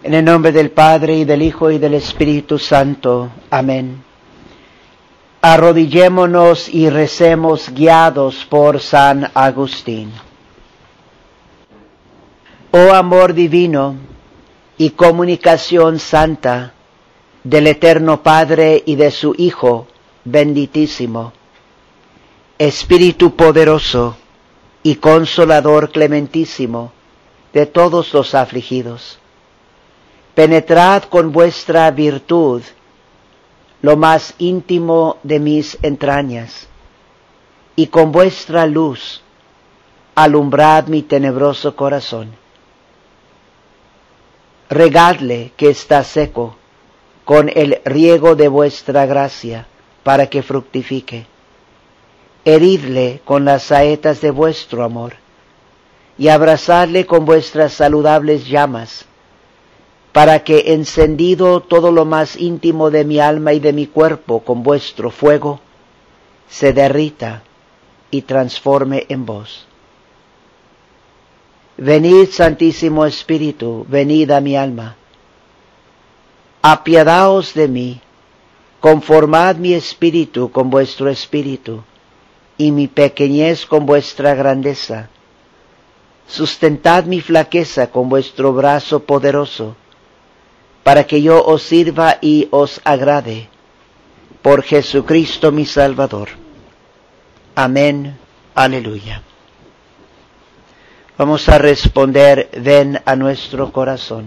En el nombre del Padre, y del Hijo, y del Espíritu Santo. Amén. Arrodillémonos y recemos guiados por San Agustín. Oh amor divino y comunicación santa del Eterno Padre y de su Hijo benditísimo, Espíritu poderoso y consolador clementísimo de todos los afligidos, penetrad con vuestra virtud lo más íntimo de mis entrañas, y con vuestra luz alumbrad mi tenebroso corazón. Regadle, que está seco, con el riego de vuestra gracia, para que fructifique. Heridle con las saetas de vuestro amor, y abrazadle con vuestras saludables llamas, para que, encendido todo lo más íntimo de mi alma y de mi cuerpo con vuestro fuego, se derrita y transforme en vos. Venid, Santísimo Espíritu, venid a mi alma. Apiadaos de mí, conformad mi espíritu con vuestro espíritu, y mi pequeñez con vuestra grandeza. Sustentad mi flaqueza con vuestro brazo poderoso, para que yo os sirva y os agrade, por Jesucristo mi Salvador. Amén. Aleluya. Vamos a responder: ven a nuestro corazón.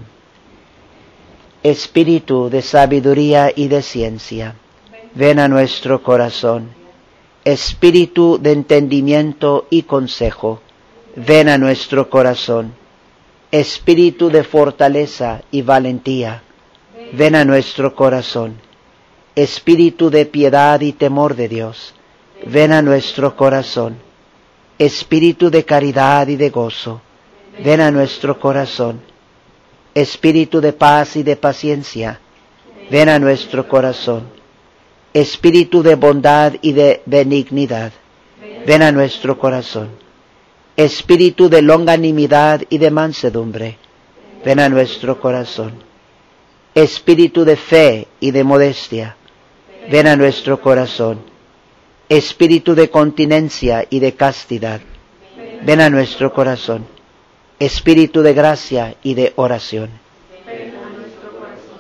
Espíritu de sabiduría y de ciencia, ven a nuestro corazón. Espíritu de entendimiento y consejo, ven a nuestro corazón. Espíritu de fortaleza y valentía, ven a nuestro corazón. Espíritu de piedad y temor de Dios, ven a nuestro corazón. Espíritu de caridad y de gozo, ven a nuestro corazón. Espíritu de paz y de paciencia, ven a nuestro corazón. Espíritu de bondad y de benignidad, ven a nuestro corazón. Espíritu de longanimidad y de mansedumbre, ven a nuestro corazón. Espíritu de fe y de modestia, ven a nuestro corazón. Espíritu de continencia y de castidad, ven a nuestro corazón. Espíritu de gracia y de oración, ven a nuestro corazón.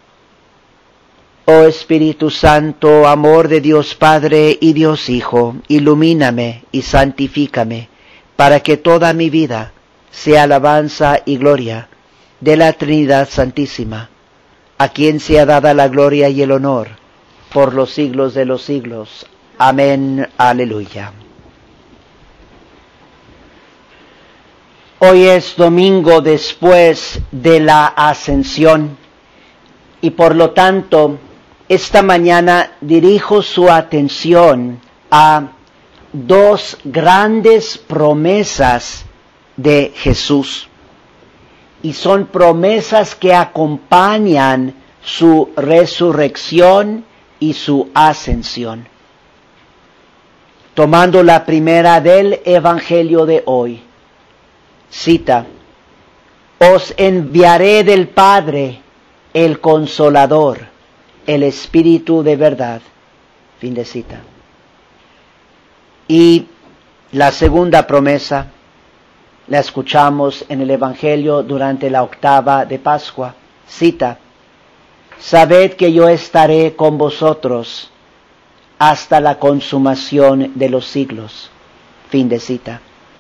Oh Espíritu Santo, amor de Dios Padre y Dios Hijo, ilumíname y santifícame, para que toda mi vida sea alabanza y gloria de la Trinidad Santísima, a quien sea dada la gloria y el honor por los siglos de los siglos. Amén. Aleluya. Hoy es domingo después de la Ascensión y por lo tanto esta mañana dirijo su atención a dos grandes promesas de Jesús, y son promesas que acompañan su resurrección y su ascensión. Tomando la primera del Evangelio de hoy, cita: os enviaré del Padre el Consolador, el Espíritu de verdad. Fin de cita. Y la segunda promesa la escuchamos en el Evangelio durante la octava de Pascua. Cita: sabed que yo estaré con vosotros hasta la consumación de los siglos. Fin de cita.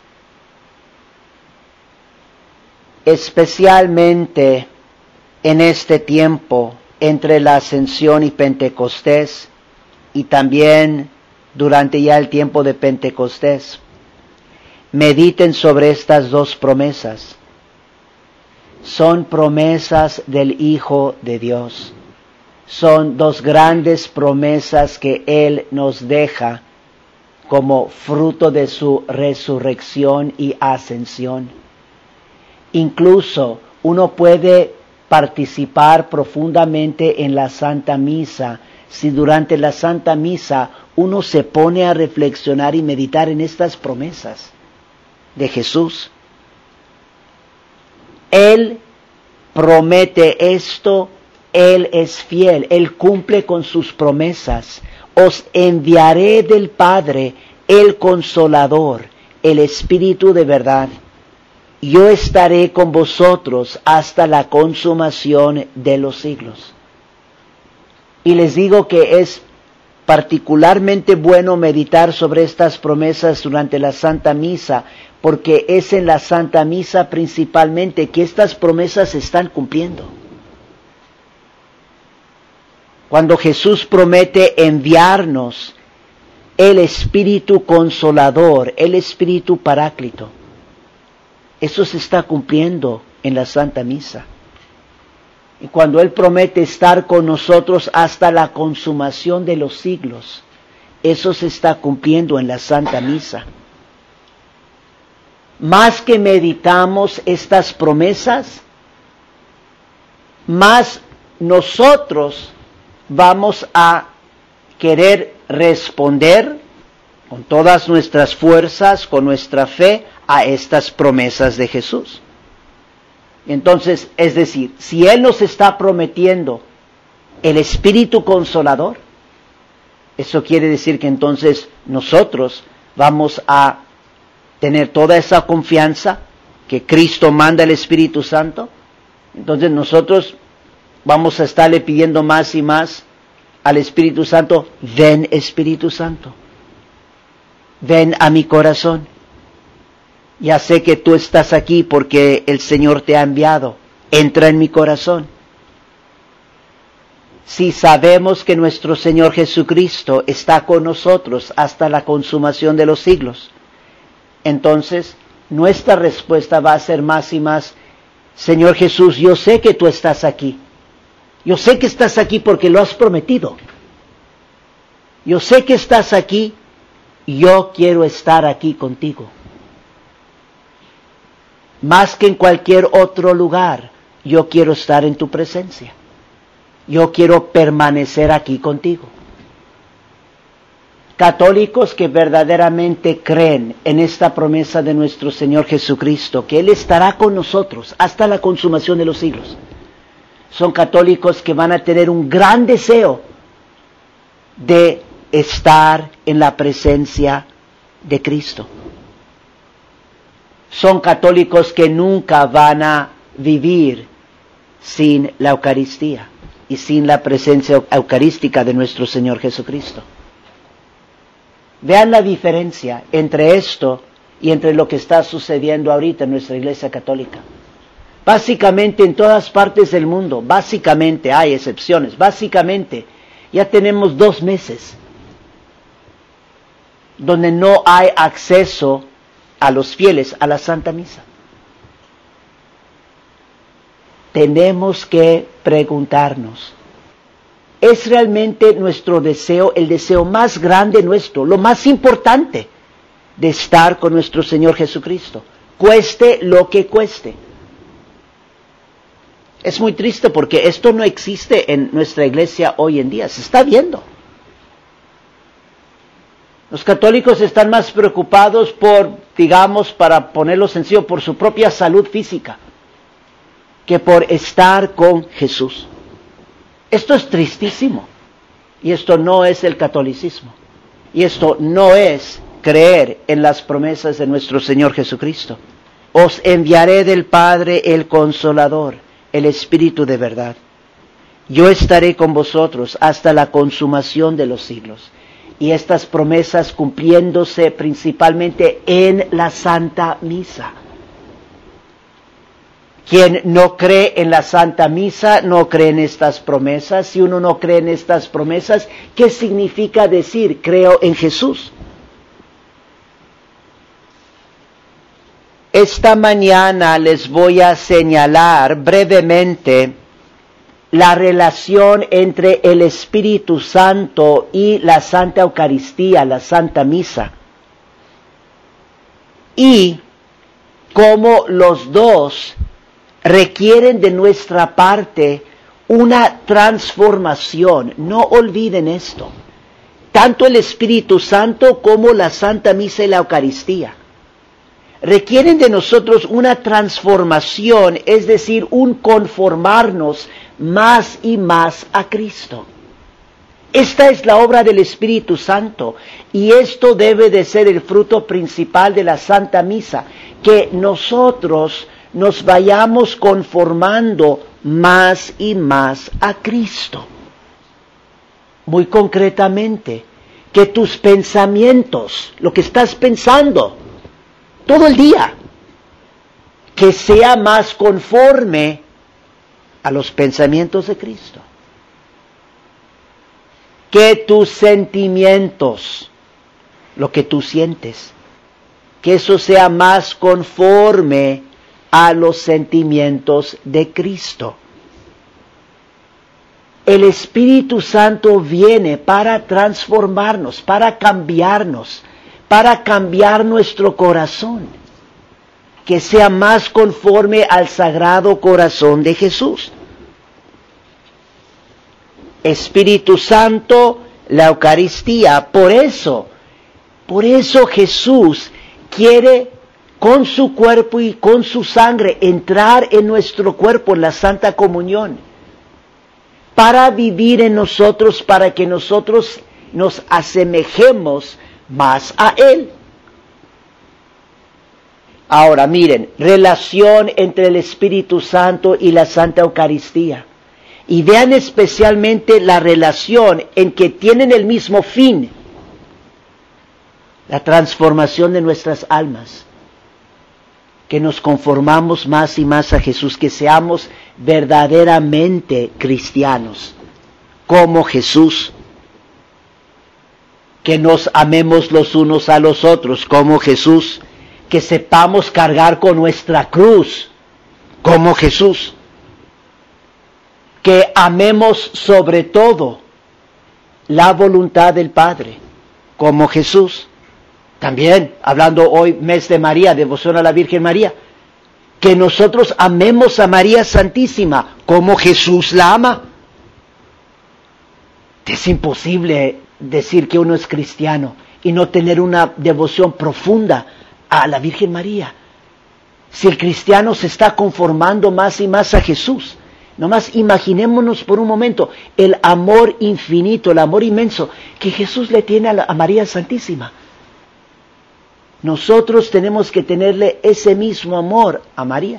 Especialmente en este tiempo entre la Ascensión y Pentecostés, y también durante ya el tiempo de Pentecostés, mediten sobre estas dos promesas. Son promesas del Hijo de Dios. Son dos grandes promesas que Él nos deja como fruto de su resurrección y ascensión. Incluso uno puede participar profundamente en la Santa Misa si durante la Santa Misa uno se pone a reflexionar y meditar en estas promesas de Jesús. Él promete esto, Él es fiel, Él cumple con sus promesas. Os enviaré del Padre el Consolador, el Espíritu de verdad. Yo estaré con vosotros hasta la consumación de los siglos. Y les digo que es particularmente bueno meditar sobre estas promesas durante la Santa Misa, porque es en la Santa Misa principalmente que estas promesas se están cumpliendo. Cuando Jesús promete enviarnos el Espíritu Consolador, el Espíritu Paráclito, eso se está cumpliendo en la Santa Misa. Y cuando Él promete estar con nosotros hasta la consumación de los siglos, eso se está cumpliendo en la Santa Misa. Más que meditamos estas promesas, más nosotros vamos a querer responder con todas nuestras fuerzas, con nuestra fe, a estas promesas de Jesús. Entonces, es decir, si Él nos está prometiendo el Espíritu Consolador, eso quiere decir que entonces nosotros vamos a tener toda esa confianza que Cristo manda el Espíritu Santo. Entonces nosotros vamos a estarle pidiendo más y más al Espíritu Santo: ven, Espíritu Santo, ven a mi corazón. Ya sé que tú estás aquí porque el Señor te ha enviado. Entra en mi corazón. Si sabemos que nuestro Señor Jesucristo está con nosotros hasta la consumación de los siglos, entonces nuestra respuesta va a ser más y más: Señor Jesús, yo sé que tú estás aquí. Yo sé que estás aquí porque lo has prometido. Yo sé que estás aquí y yo quiero estar aquí contigo. Más que en cualquier otro lugar, yo quiero estar en tu presencia. Yo quiero permanecer aquí contigo. Católicos que verdaderamente creen en esta promesa de nuestro Señor Jesucristo, que Él estará con nosotros hasta la consumación de los siglos, son católicos que van a tener un gran deseo de estar en la presencia de Cristo. Son católicos que nunca van a vivir sin la Eucaristía y sin la presencia eucarística de nuestro Señor Jesucristo. Vean la diferencia entre esto y entre lo que está sucediendo ahorita en nuestra Iglesia Católica. Básicamente en todas partes del mundo, básicamente, hay excepciones, básicamente ya tenemos 2 meses donde no hay acceso a los fieles a la Santa Misa. Tenemos que preguntarnos: ¿es realmente nuestro deseo, el deseo más grande nuestro, lo más importante, de estar con nuestro Señor Jesucristo, cueste lo que cueste? Es muy triste porque esto no existe en nuestra iglesia hoy en día, se está viendo. Los católicos están más preocupados por, digamos, para ponerlo sencillo, por su propia salud física, que por estar con Jesús. Esto es tristísimo. Y esto no es el catolicismo. Y esto no es creer en las promesas de nuestro Señor Jesucristo. Os enviaré del Padre el Consolador, el Espíritu de verdad. Yo estaré con vosotros hasta la consumación de los siglos. Y estas promesas cumpliéndose principalmente en la Santa Misa. Quien no cree en la Santa Misa no cree en estas promesas. Si uno no cree en estas promesas, ¿qué significa decir creo en Jesús? Esta mañana les voy a señalar brevemente la relación entre el Espíritu Santo y la Santa Eucaristía, la Santa Misa, y cómo los dos requieren de nuestra parte una transformación. No olviden esto. Tanto el Espíritu Santo como la Santa Misa y la Eucaristía requieren de nosotros una transformación, es decir, un conformarnos más y más a Cristo. Esta es la obra del Espíritu Santo y esto debe de ser el fruto principal de la Santa Misa, que nosotros nos vayamos conformando más y más a Cristo. Muy concretamente, que tus pensamientos, lo que estás pensando todo el día, que sea más conforme a los pensamientos de Cristo. Que tus sentimientos, lo que tú sientes, que eso sea más conforme a los sentimientos de Cristo. El Espíritu Santo viene para transformarnos, para cambiar nuestro corazón, que sea más conforme al Sagrado Corazón de Jesús. Espíritu Santo, la Eucaristía. Por eso Jesús quiere con su cuerpo y con su sangre entrar en nuestro cuerpo en la Santa Comunión, para vivir en nosotros, para que nosotros nos asemejemos más a Él. Ahora miren, relación entre el Espíritu Santo y la Santa Eucaristía. Y vean especialmente la relación en que tienen el mismo fin, la transformación de nuestras almas, que nos conformamos más y más a Jesús, que seamos verdaderamente cristianos, como Jesús, que nos amemos los unos a los otros, como Jesús, que sepamos cargar con nuestra cruz, como Jesús, que amemos sobre todo la voluntad del Padre, como Jesús. También, hablando hoy, mes de María, devoción a la Virgen María, que nosotros amemos a María Santísima, como Jesús la ama. Es imposible decir que uno es cristiano y no tener una devoción profunda a la Virgen María. Si el cristiano se está conformando más y más a Jesús, nomás imaginémonos por un momento el amor infinito, el amor inmenso que Jesús le tiene a María Santísima. Nosotros tenemos que tenerle ese mismo amor a María.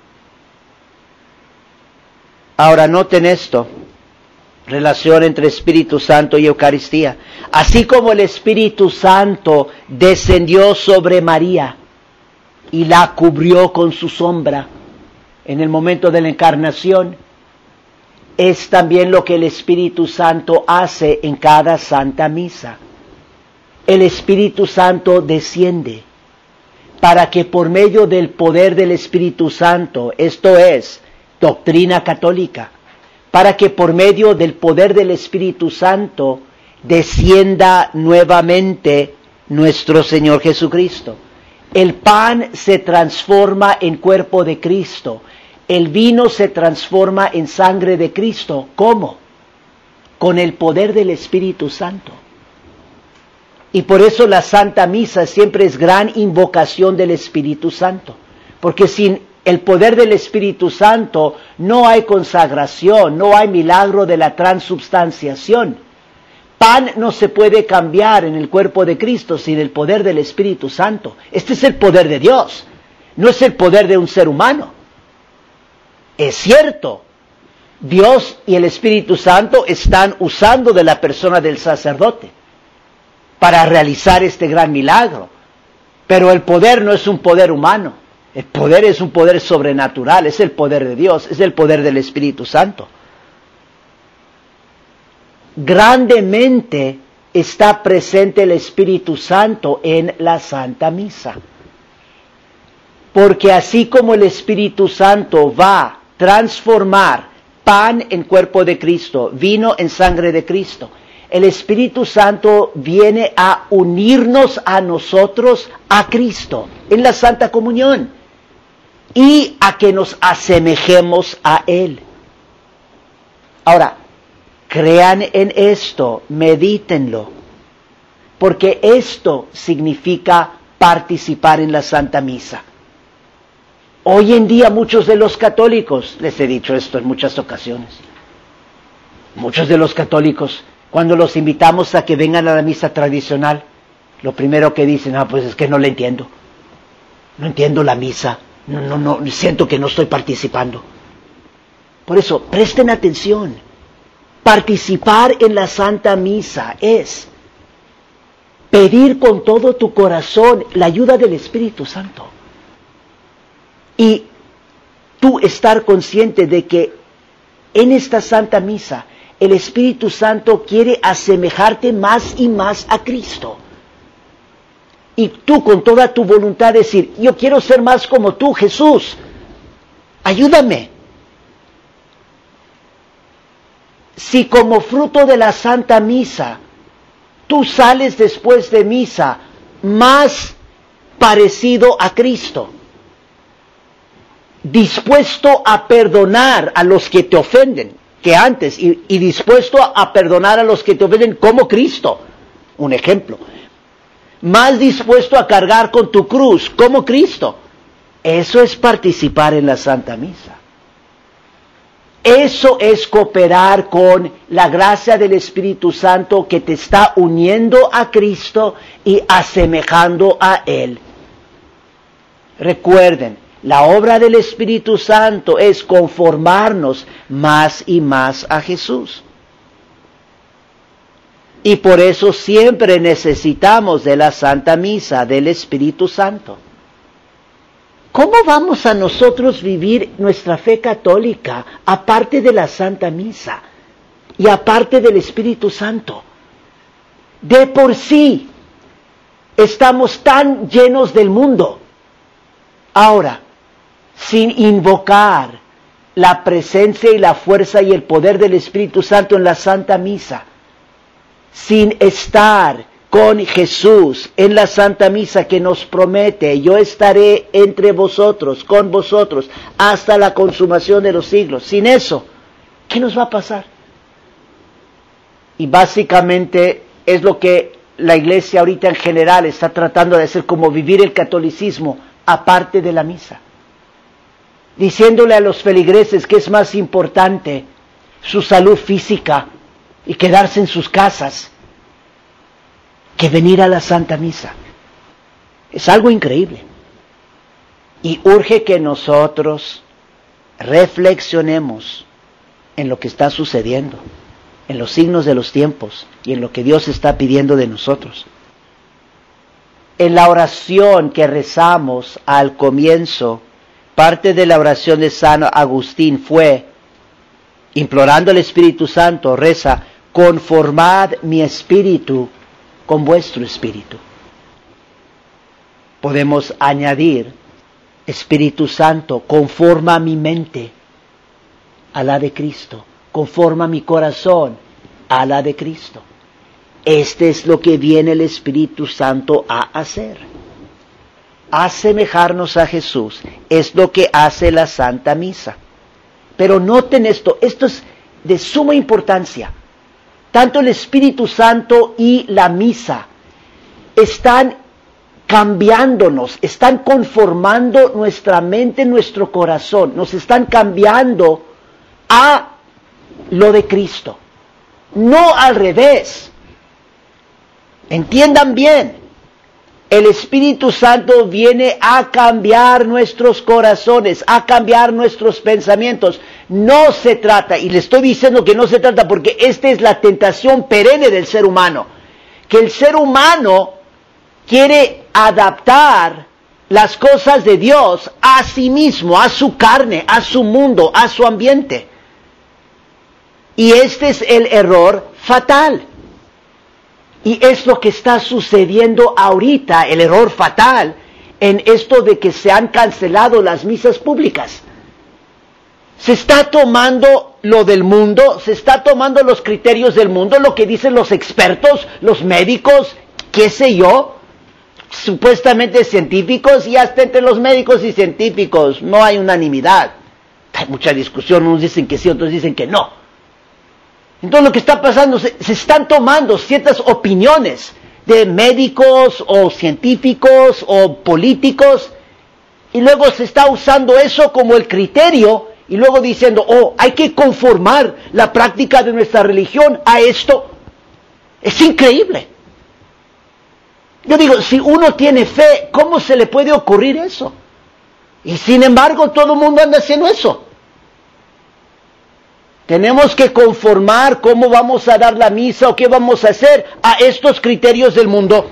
Ahora noten esto, relación entre Espíritu Santo y Eucaristía. Así como el Espíritu Santo descendió sobre María y la cubrió con su sombra en el momento de la encarnación, es también lo que el Espíritu Santo hace en cada Santa Misa. El Espíritu Santo desciende para que por medio del poder del Espíritu Santo, esto es, doctrina católica, para que por medio del poder del Espíritu Santo descienda nuevamente nuestro Señor Jesucristo. El pan se transforma en cuerpo de Cristo. El vino se transforma en sangre de Cristo. ¿Cómo? Con el poder del Espíritu Santo. Y por eso la Santa Misa siempre es gran invocación del Espíritu Santo. Porque sin el poder del Espíritu Santo no hay consagración, no hay milagro de la transubstanciación. Pan no se puede cambiar en el cuerpo de Cristo sin el poder del Espíritu Santo. Este es el poder de Dios, no es el poder de un ser humano. Es cierto, Dios y el Espíritu Santo están usando de la persona del sacerdote para realizar este gran milagro. Pero el poder no es un poder humano, el poder es un poder sobrenatural, es el poder de Dios, es el poder del Espíritu Santo. Grandemente está presente el Espíritu Santo en la Santa Misa. Porque así como el Espíritu Santo va a transformar pan en cuerpo de Cristo, vino en sangre de Cristo, el Espíritu Santo viene a unirnos a nosotros, a Cristo, en la Santa Comunión, y a que nos asemejemos a Él. Ahora, crean en esto, medítenlo, porque esto significa participar en la Santa Misa. Hoy en día muchos de los católicos, les he dicho esto en muchas ocasiones, muchos de los católicos, cuando los invitamos a que vengan a la misa tradicional, lo primero que dicen, pues es que no le entiendo. No entiendo la misa. No, siento que no estoy participando. Por eso, presten atención. Participar en la Santa Misa es pedir con todo tu corazón la ayuda del Espíritu Santo. Y tú estar consciente de que en esta Santa Misa el Espíritu Santo quiere asemejarte más y más a Cristo. Y tú con toda tu voluntad decir, yo quiero ser más como tú, Jesús, ayúdame. Si como fruto de la Santa Misa, tú sales después de misa más parecido a Cristo, dispuesto a perdonar a los que te ofenden, que antes, y dispuesto a perdonar a los que te ofenden como Cristo, un ejemplo, más dispuesto a cargar con tu cruz como Cristo, eso es participar en la Santa Misa. Eso es cooperar con la gracia del Espíritu Santo que te está uniendo a Cristo y asemejando a Él. Recuerden, la obra del Espíritu Santo es conformarnos más y más a Jesús. Y por eso siempre necesitamos de la Santa Misa, del Espíritu Santo. ¿Cómo vamos a nosotros vivir nuestra fe católica aparte de la Santa Misa y aparte del Espíritu Santo? De por sí estamos tan llenos del mundo. Ahora, sin invocar la presencia y la fuerza y el poder del Espíritu Santo en la Santa Misa, sin estar con Jesús en la Santa Misa que nos promete, yo estaré entre vosotros, con vosotros, hasta la consumación de los siglos. Sin eso, ¿qué nos va a pasar? Y básicamente es lo que la Iglesia ahorita en general está tratando de hacer, como vivir el catolicismo aparte de la misa. Diciéndole a los feligreses que es más importante su salud física y quedarse en sus casas que venir a la Santa Misa. Es algo increíble. Y urge que nosotros reflexionemos en lo que está sucediendo, en los signos de los tiempos y en lo que Dios está pidiendo de nosotros. En la oración que rezamos al comienzo, parte de la oración de San Agustín fue, implorando al Espíritu Santo, reza, conformad mi espíritu con vuestro espíritu. Podemos añadir, Espíritu Santo, conforma mi mente a la de Cristo, conforma mi corazón a la de Cristo. Este es lo que viene el Espíritu Santo a hacer. Asemejarnos a Jesús es lo que hace la Santa Misa. Pero noten esto es de suma importancia. Tanto el Espíritu Santo y la misa están cambiándonos, están conformando nuestra mente, nuestro corazón, nos están cambiando a lo de Cristo, no al revés. Entiendan bien, el Espíritu Santo viene a cambiar nuestros corazones, a cambiar nuestros pensamientos. No se trata, y le estoy diciendo que no se trata porque esta es la tentación perenne del ser humano, que el ser humano quiere adaptar las cosas de Dios a sí mismo, a su carne, a su mundo, a su ambiente. Y este es el error fatal. Y es lo que está sucediendo ahorita, el error fatal, en esto de que se han cancelado las misas públicas. Se está tomando lo del mundo, se está tomando los criterios del mundo, lo que dicen los expertos, los médicos, qué sé yo, supuestamente científicos, y hasta entre los médicos y científicos no hay unanimidad. Hay mucha discusión, unos dicen que sí, otros dicen que no. Entonces lo que está pasando, se están tomando ciertas opiniones de médicos o científicos o políticos, y luego se está usando eso como el criterio, y luego diciendo, hay que conformar la práctica de nuestra religión a esto. Es increíble. Yo digo, si uno tiene fe, ¿cómo se le puede ocurrir eso? Y sin embargo, todo el mundo anda haciendo eso. Tenemos que conformar cómo vamos a dar la misa o qué vamos a hacer a estos criterios del mundo.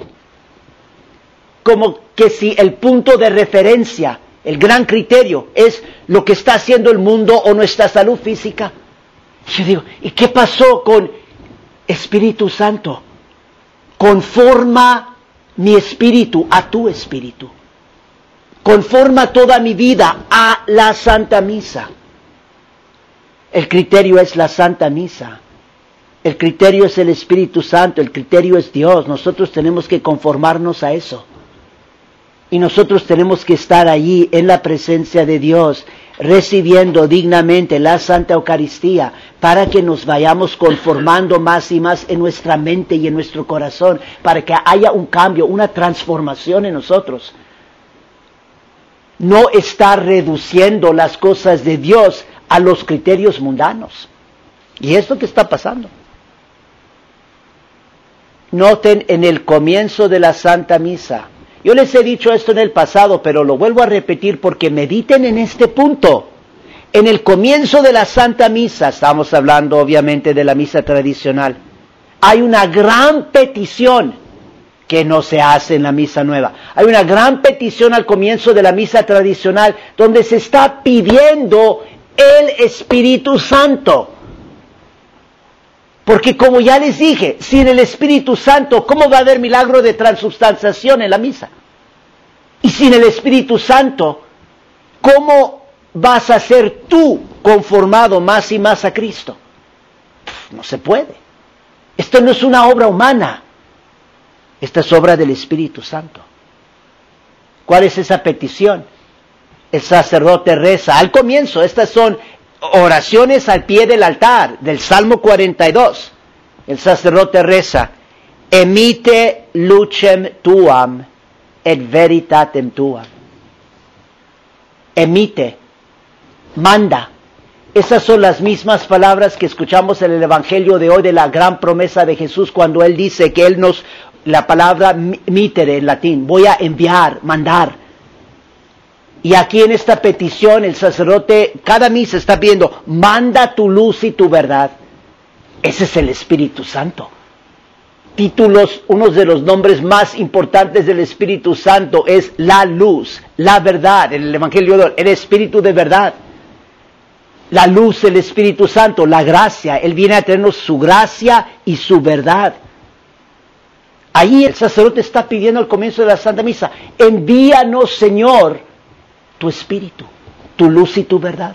Como que si el punto de referencia, el gran criterio, es lo que está haciendo el mundo o nuestra salud física. Yo digo, ¿y qué pasó con Espíritu Santo? Conforma mi espíritu a tu espíritu. Conforma toda mi vida a la Santa Misa. El criterio es la Santa Misa. El criterio es el Espíritu Santo. El criterio es Dios. Nosotros tenemos que conformarnos a eso. Y nosotros tenemos que estar allí en la presencia de Dios, recibiendo dignamente la Santa Eucaristía, para que nos vayamos conformando más y más en nuestra mente y en nuestro corazón, para que haya un cambio, una transformación en nosotros. No estar reduciendo las cosas de Dios a los criterios mundanos. Y es lo que está pasando. Noten en el comienzo de la Santa Misa. Yo les he dicho esto en el pasado, pero lo vuelvo a repetir porque mediten en este punto. En el comienzo de la Santa Misa, estamos hablando obviamente de la misa tradicional, hay una gran petición que no se hace en la misa nueva. Hay una gran petición al comienzo de la misa tradicional donde se está pidiendo el Espíritu Santo. Porque como ya les dije, sin el Espíritu Santo, ¿cómo va a haber milagro de transubstanciación en la misa? Y sin el Espíritu Santo, ¿cómo vas a ser tú conformado más y más a Cristo? No se puede. Esto no es una obra humana. Esta es obra del Espíritu Santo. ¿Cuál es esa petición? El sacerdote reza. Al comienzo, estas son oraciones al pie del altar, del Salmo 42. El sacerdote reza, emite lucem tuam et veritatem tuam. Emite, manda. Esas son las mismas palabras que escuchamos en el Evangelio de hoy de la gran promesa de Jesús cuando Él dice que Él nos, la palabra mitere en latín, voy a enviar, mandar. Y aquí en esta petición el sacerdote, cada misa está pidiendo, manda tu luz y tu verdad. Ese es el Espíritu Santo. Títulos, uno de los nombres más importantes del Espíritu Santo es la luz, la verdad. En el Evangelio de hoy, el Espíritu de verdad. La luz, el Espíritu Santo, la gracia. Él viene a traernos su gracia y su verdad. Ahí el sacerdote está pidiendo al comienzo de la Santa Misa, envíanos, Señor, tu espíritu, tu luz y tu verdad.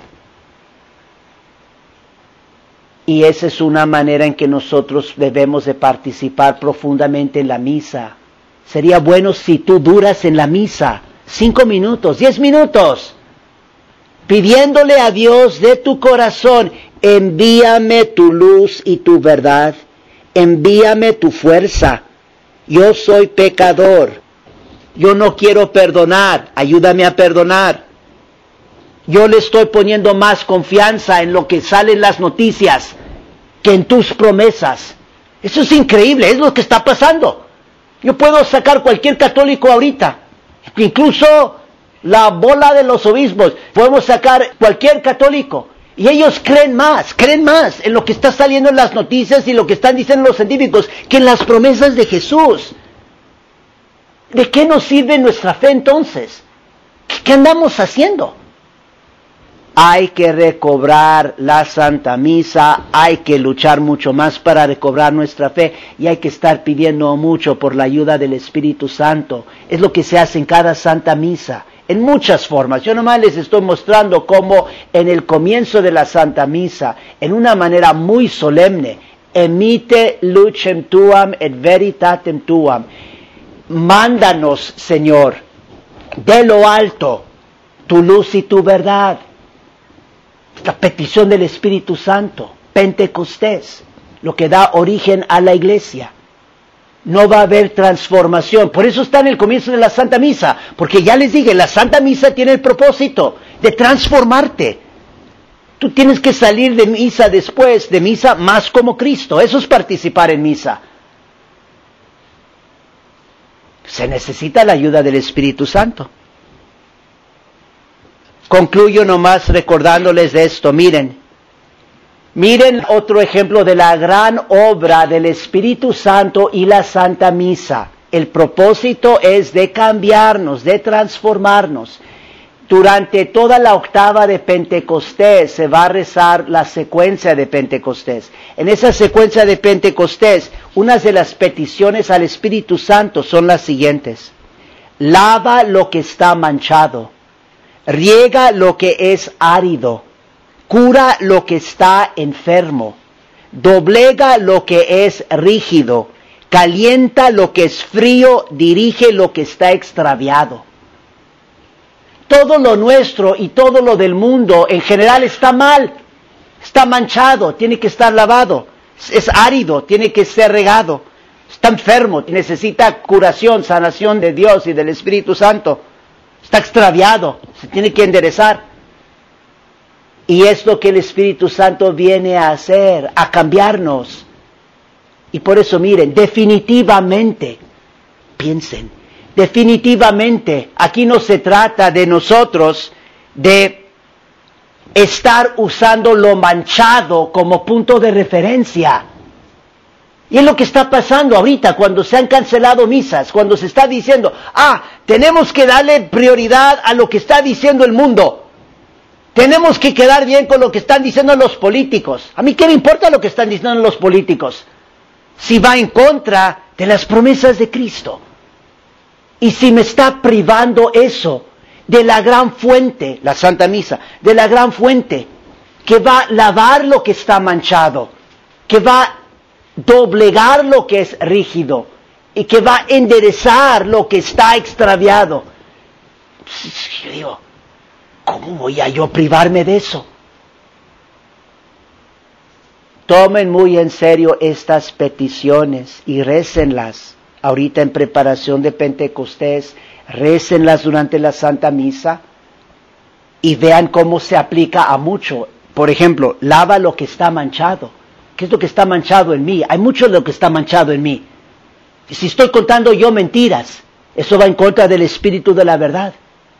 Y esa es una manera en que nosotros debemos de participar profundamente en la misa. Sería bueno si tú duras en la misa 5 minutos, 10 minutos, pidiéndole a Dios de tu corazón, envíame tu luz y tu verdad, envíame tu fuerza. Yo soy pecador. Yo no quiero perdonar, ayúdame a perdonar. Yo le estoy poniendo más confianza en lo que sale en las noticias que en tus promesas. Eso es increíble, es lo que está pasando. Yo puedo sacar cualquier católico ahorita, incluso la bola de los obispos, podemos sacar cualquier católico. Y ellos creen más en lo que está saliendo en las noticias y lo que están diciendo los científicos que en las promesas de Jesús. ¿De qué nos sirve nuestra fe entonces? ¿Qué andamos haciendo? Hay que recobrar la Santa Misa, hay que luchar mucho más para recobrar nuestra fe y hay que estar pidiendo mucho por la ayuda del Espíritu Santo. Es lo que se hace en cada Santa Misa, en muchas formas. Yo nomás les estoy mostrando cómo en el comienzo de la Santa Misa, en una manera muy solemne, emite lucem tuam et veritatem tuam. Mándanos, Señor, de lo alto, tu luz y tu verdad. La petición del Espíritu Santo, Pentecostés, lo que da origen a la iglesia. no va a haber transformación. Por eso está en el comienzo de la Santa Misa, porque ya les dije, la Santa Misa tiene el propósito de transformarte. Tú tienes que salir de misa después, de misa más como Cristo. Eso es participar en misa. Se necesita la ayuda del Espíritu Santo. Concluyo nomás recordándoles de esto. Miren otro ejemplo de la gran obra del Espíritu Santo y la Santa Misa. El propósito es de cambiarnos, de transformarnos. Durante toda la octava de Pentecostés se va a rezar la secuencia de Pentecostés. En esa secuencia de Pentecostés, unas de las peticiones al Espíritu Santo son las siguientes. Lava lo que está manchado, riega lo que es árido, cura lo que está enfermo, doblega lo que es rígido, calienta lo que es frío, dirige lo que está extraviado. Todo lo nuestro y todo lo del mundo en general está mal, está manchado, tiene que estar lavado, es árido, tiene que ser regado, está enfermo, necesita curación, sanación de Dios y del Espíritu Santo, está extraviado, se tiene que enderezar. Y es lo que el Espíritu Santo viene a hacer, a cambiarnos. Y por eso miren, definitivamente, piensen, definitivamente, aquí no se trata de nosotros de estar usando lo manchado como punto de referencia. Y es lo que está pasando ahorita cuando se han cancelado misas, cuando se está diciendo, tenemos que darle prioridad a lo que está diciendo el mundo. Tenemos que quedar bien con lo que están diciendo los políticos. A mí qué me importa lo que están diciendo los políticos, si va en contra de las promesas de Cristo. Y si me está privando eso de la gran fuente, la Santa Misa, de la gran fuente, que va a lavar lo que está manchado, que va a doblegar lo que es rígido, y que va a enderezar lo que está extraviado. Yo digo, ¿cómo voy a yo privarme de eso? Tomen muy en serio estas peticiones y récenlas. Ahorita en preparación de Pentecostés, récenlas durante la Santa Misa y vean cómo se aplica a mucho. Por ejemplo, lava lo que está manchado. ¿Qué es lo que está manchado en mí? Hay mucho de lo que está manchado en mí. Y si estoy contando yo mentiras, eso va en contra del espíritu de la verdad.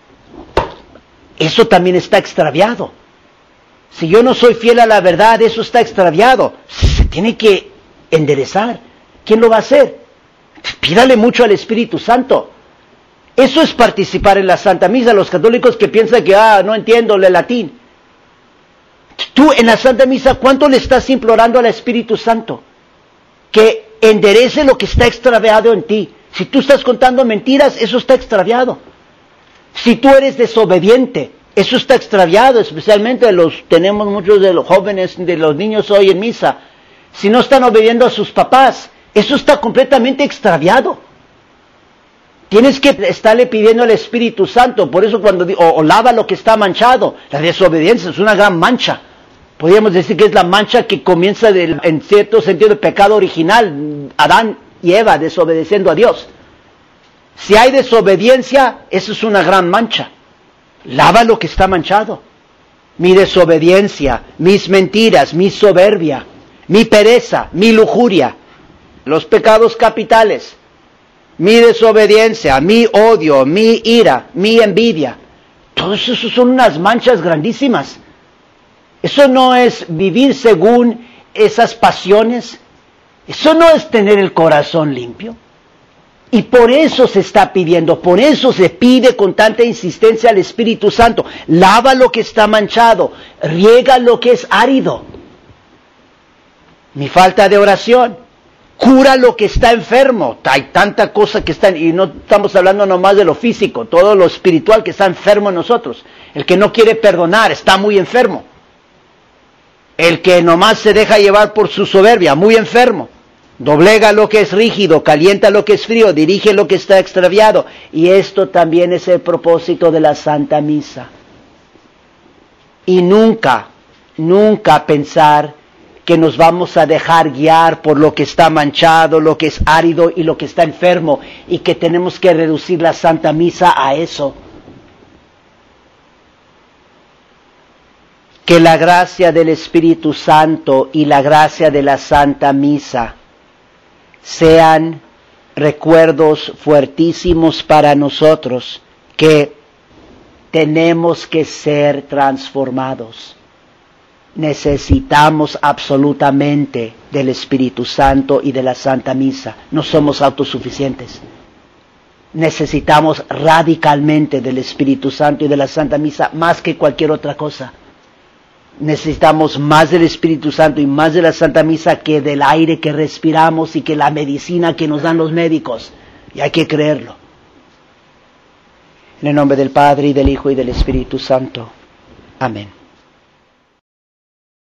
Eso también está extraviado. Si yo no soy fiel a la verdad, eso está extraviado. Se tiene que enderezar. ¿Quién lo va a hacer? Pídale mucho al Espíritu Santo. Eso es participar en la Santa Misa. Los católicos que piensan que, no entiendo el latín. Tú en la Santa Misa, ¿cuánto le estás implorando al Espíritu Santo? Que enderece lo que está extraviado en ti. Si tú estás contando mentiras, eso está extraviado. Si tú eres desobediente, eso está extraviado, especialmente tenemos muchos de los jóvenes, de los niños hoy en misa. Si no están obediendo a sus papás, eso está completamente extraviado. Tienes que estarle pidiendo al Espíritu Santo. Por eso cuando o lava lo que está manchado, la desobediencia es una gran mancha. Podríamos decir que es la mancha que comienza en cierto sentido el pecado original, Adán y Eva desobedeciendo a Dios. Si hay desobediencia, eso es una gran mancha. Lava lo que está manchado. Mi desobediencia, mis mentiras, mi soberbia, mi pereza, mi lujuria, los pecados capitales, mi desobediencia, mi odio, mi ira, mi envidia. Todo eso son unas manchas grandísimas. Eso no es vivir según esas pasiones. Eso no es tener el corazón limpio. Y por eso se está pidiendo, por eso se pide con tanta insistencia al Espíritu Santo. Lava lo que está manchado, riega lo que es árido. Mi falta de oración, cura lo que está enfermo. Hay tanta cosa que está, y no estamos hablando nomás de lo físico, todo lo espiritual que está enfermo en nosotros. El que no quiere perdonar está muy enfermo. El que nomás se deja llevar por su soberbia, muy enfermo. Doblega lo que es rígido, calienta lo que es frío, dirige lo que está extraviado. Y esto también es el propósito de la Santa Misa. Y nunca pensar que nos vamos a dejar guiar por lo que está manchado, lo que es árido y lo que está enfermo, y que tenemos que reducir la Santa Misa a eso. Que la gracia del Espíritu Santo y la gracia de la Santa Misa sean recuerdos fuertísimos para nosotros, que tenemos que ser transformados. Necesitamos absolutamente del Espíritu Santo y de la Santa Misa. No somos autosuficientes. Necesitamos radicalmente del Espíritu Santo y de la Santa Misa más que cualquier otra cosa. Necesitamos más del Espíritu Santo y más de la Santa Misa que del aire que respiramos y que la medicina que nos dan los médicos. Y hay que creerlo. En el nombre del Padre, y del Hijo, y del Espíritu Santo. Amén.